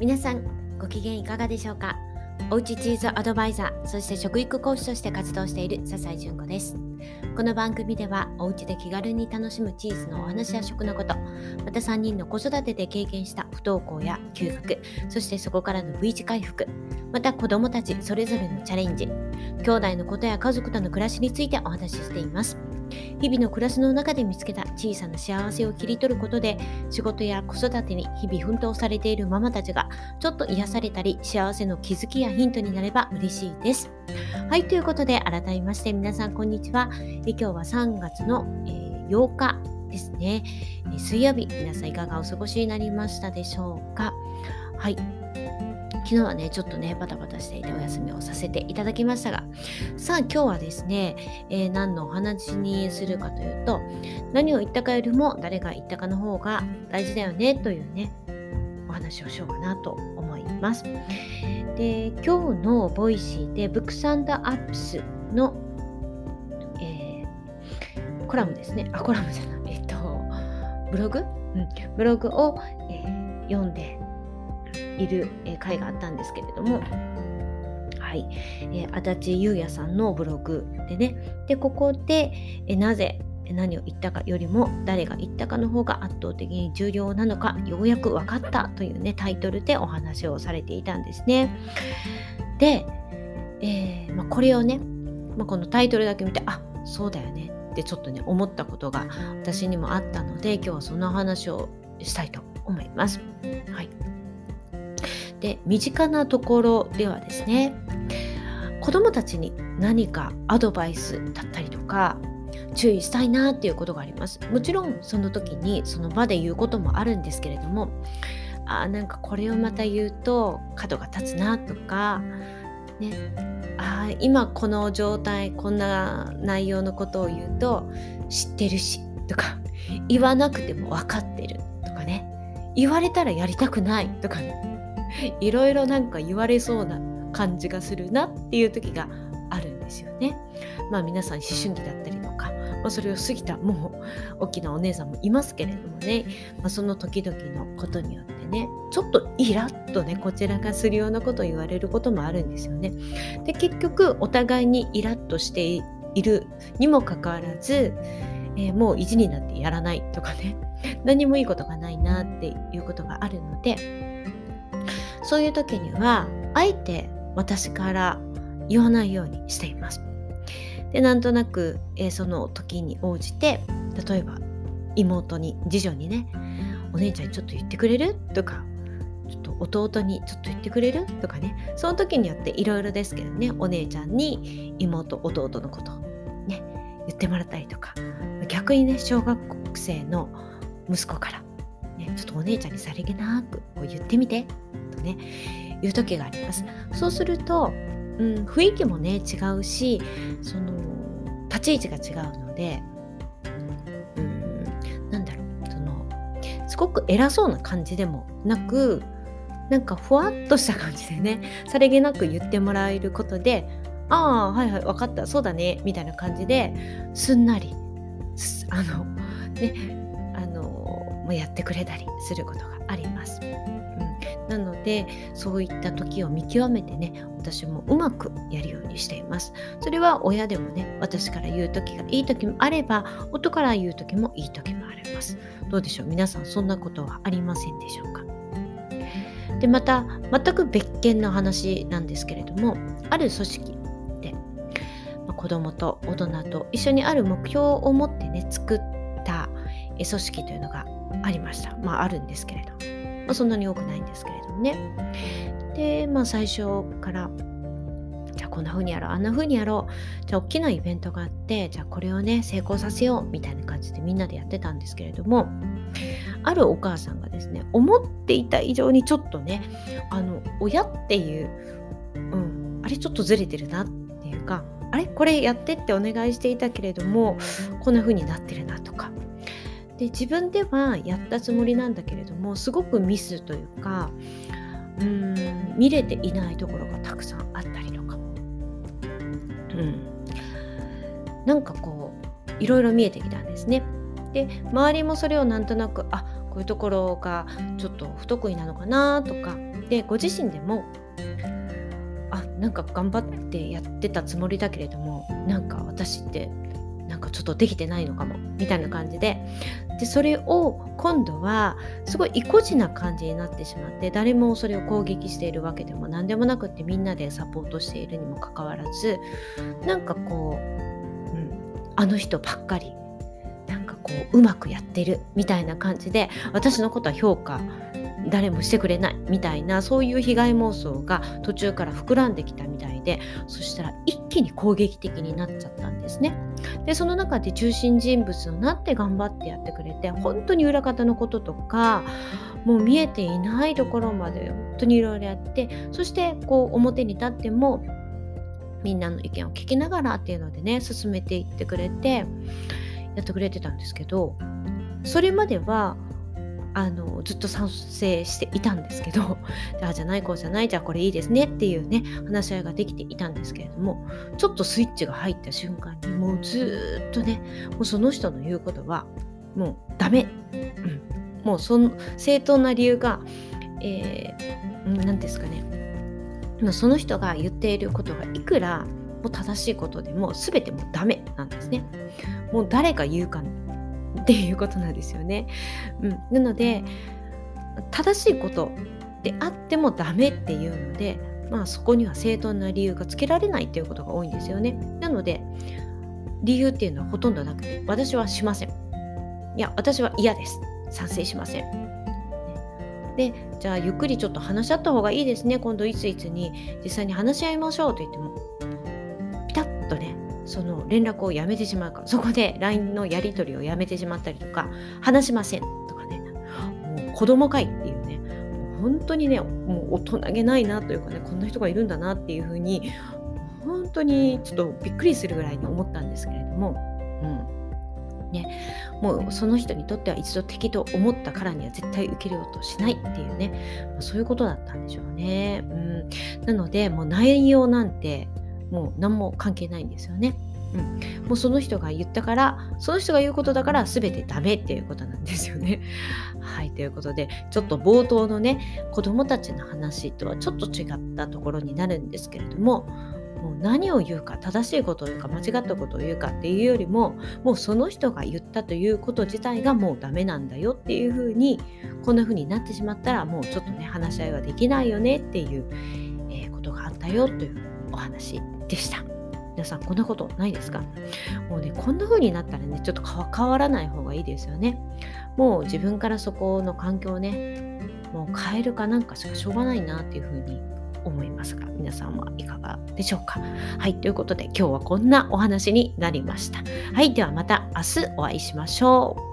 皆さんご機嫌いかがでしょうか。おうちチーズアドバイザー、そして食育講師として活動している笹井純子です。この番組ではおうちで気軽に楽しむチーズのお話や食のこと、また3人の子育てで経験した不登校や休学、そしてそこからの V 字回復、また子どもたちそれぞれのチャレンジ、兄弟のことや家族との暮らしについてお話ししています。日々の暮らしの中で見つけた小さな幸せを切り取ることで、仕事や子育てに日々奮闘されているママたちがちょっと癒されたり、幸せの気づきやヒントになれば嬉しいです。はい、ということで改めまして皆さんこんにちは。今日は3月の、8日ですね。水曜日、皆さんいかがお過ごしになりましたでしょうか。はい。昨日はね、ちょっとね、バタバタしていてお休みをさせていただきましたが、さあ今日はですね、何のお話にするかというと、何を言ったかよりも誰が言ったかの方が大事だよねというね、お話をしようかなと思います。で、今日のボイシーでブックス&アップスの、コラムですね。コラムじゃない、ブログ、ブログを、読んでいる回があったんですけれども、はい、足立優也さんのブログでね、でここでなぜ何を言ったかよりも誰が言ったかの方が圧倒的に重要なのかようやく分かったというねタイトルでお話をされていたんですね。で、これをね、このタイトルだけ見てそうだよねってちょっとね思ったことが私にもあったので、今日はその話をしたいと思います。はい。で、身近なところではですね、子どもたちに何かアドバイスだったりとか注意したいなっていうことがあります。もちろんその時にその場で言うこともあるんですけれども、なんかこれをまた言うと角が立つなとかね、今この状態こんな内容のことを言うと知ってるしとか、言わなくても分かってるとかね、言われたらやりたくないとかね、いろいろなんか言われそうな感じがするなっていう時があるんですよね。皆さん思春期だったりとか、それを過ぎたもう大きなお姉さんもいますけれどもね、その時々のことによってね、ちょっとイラッとねこちらがするようなことを言われることもあるんですよね。で、結局お互いにイラッとしているにもかかわらず、もう意地になってやらないとかね、何もいいことがないなっていうことがあるので、そういう時にはあえて私から言わないようにしています。で、なんとなく、その時に応じて、例えば妹に次女にね、お姉ちゃんにちょっと言ってくれるとか、ちょっと弟にちょっと言ってくれるとかね、その時によっていろいろですけどね、お姉ちゃんに妹弟のことね言ってもらったりとか、逆にね小学生の息子からちょっとお姉ちゃんにさりげなく言ってみてとねいう時があります。そうすると、雰囲気もね違うし、その立ち位置が違うので、すごく偉そうな感じでもなく、なんかふわっとした感じでね、さりげなく言ってもらえることで、はいはい分かったそうだねみたいな感じですんなりやってくれたりすることがあります。なのでそういった時を見極めてね、私もうまくやるようにしています。それは親でもね、私から言う時がいい時もあれば、夫から言う時もいい時もあります。どうでしょう、皆さんそんなことはありませんでしょうか。で、また全く別件の話なんですけれども、ある組織で、子どもと大人と一緒にある目標を持ってね作った組織というのがありました。あるんですけれど、そんなに多くないんですけれどもね。で、最初からじゃあこんな風にやろう、あんな風にやろう、じゃあ大きなイベントがあって、じゃあこれをね成功させようみたいな感じでみんなでやってたんですけれども、あるお母さんがですね、思っていた以上にちょっとね親っていう、あれちょっとずれてるなっていうか、あれこれやってってお願いしていたけれどもこんな風になってるなとかで、自分ではやったつもりなんだけれどもすごくミスというか、見れていないところがたくさんあったりとか、なんかいろいろ見えてきたんですね。で、周りもそれをなんとなくこういうところがちょっと不得意なのかなとか、 でご自身でもなんか頑張ってやってたつもりだけれども、なんか私ってなんかちょっとできてないのかもみたいな感じで、それを今度はすごい意固地な感じになってしまって、誰もそれを攻撃しているわけでも何でもなくって、みんなでサポートしているにもかかわらず、なんかこう、あの人ばっかりなんかこううまくやってるみたいな感じで、私のことは評価誰もしてくれないみたいな、そういう被害妄想が途中から膨らんできたみたいで、そしたら一気に攻撃的になっちゃったんですね。でその中で中心人物になって頑張ってやってくれて、本当に裏方のこととかもう見えていないところまで本当にいろいろやって、そしてこう表に立ってもみんなの意見を聞きながらっていうのでね、進めていってくれてやってくれてたんですけど、それまではずっと賛成していたんですけど、じゃないこうじゃない、じゃあこれいいですねっていうね話し合いができていたんですけれども、ちょっとスイッチが入った瞬間にもうずっとね、もうその人の言うことはもうダメ、もうその正当な理由が何ですかね、その人が言っていることがいくらもう正しいことでも全てもうダメなんですね。もう誰が言うかっていうことなんですよね。なので正しいことであってもダメっていうので、そこには正当な理由がつけられないっていうことが多いんですよね。なので理由っていうのはほとんどなくて、私はしません。いや、私は嫌です。賛成しません。で、じゃあゆっくりちょっと話し合った方がいいですね。今度いついつに実際に話し合いましょうと言っても、ピタッとね、その連絡をやめてしまうか、そこで LINE のやり取りをやめてしまったりとか、話しませんとかね、もう子供かいっていうね、もう本当にね、もう大人げないなというかね、こんな人がいるんだなっていうふうに、本当にちょっとびっくりするぐらいに思ったんですけれども、もうその人にとっては一度敵と思ったからには絶対受けようとしないっていうね、そういうことだったんでしょうね。なのでもう内容なんてもう何も関係ないんですよね。もうその人が言ったから、その人が言うことだから全てダメっていうことなんですよね。はい、ということでちょっと冒頭のね、子どもたちの話とはちょっと違ったところになるんですけれども、もう何を言うか、正しいことを言うか間違ったことを言うかっていうよりも、もうその人が言ったということ自体がもうダメなんだよっていうふうに、こんなふうになってしまったらもうちょっとね話し合いはできないよねっていう、ことがあったよというお話でした。皆さんこんなことないですか？もうね、こんな風になったらね、ちょっと変わらない方がいいですよね。もう自分からそこの環境をね、もう変えるかなんかしかしょうがないなっていう風に思いますが、皆さんはいかがでしょうか？はい、ということで今日はこんなお話になりました。はい、ではまた明日お会いしましょう。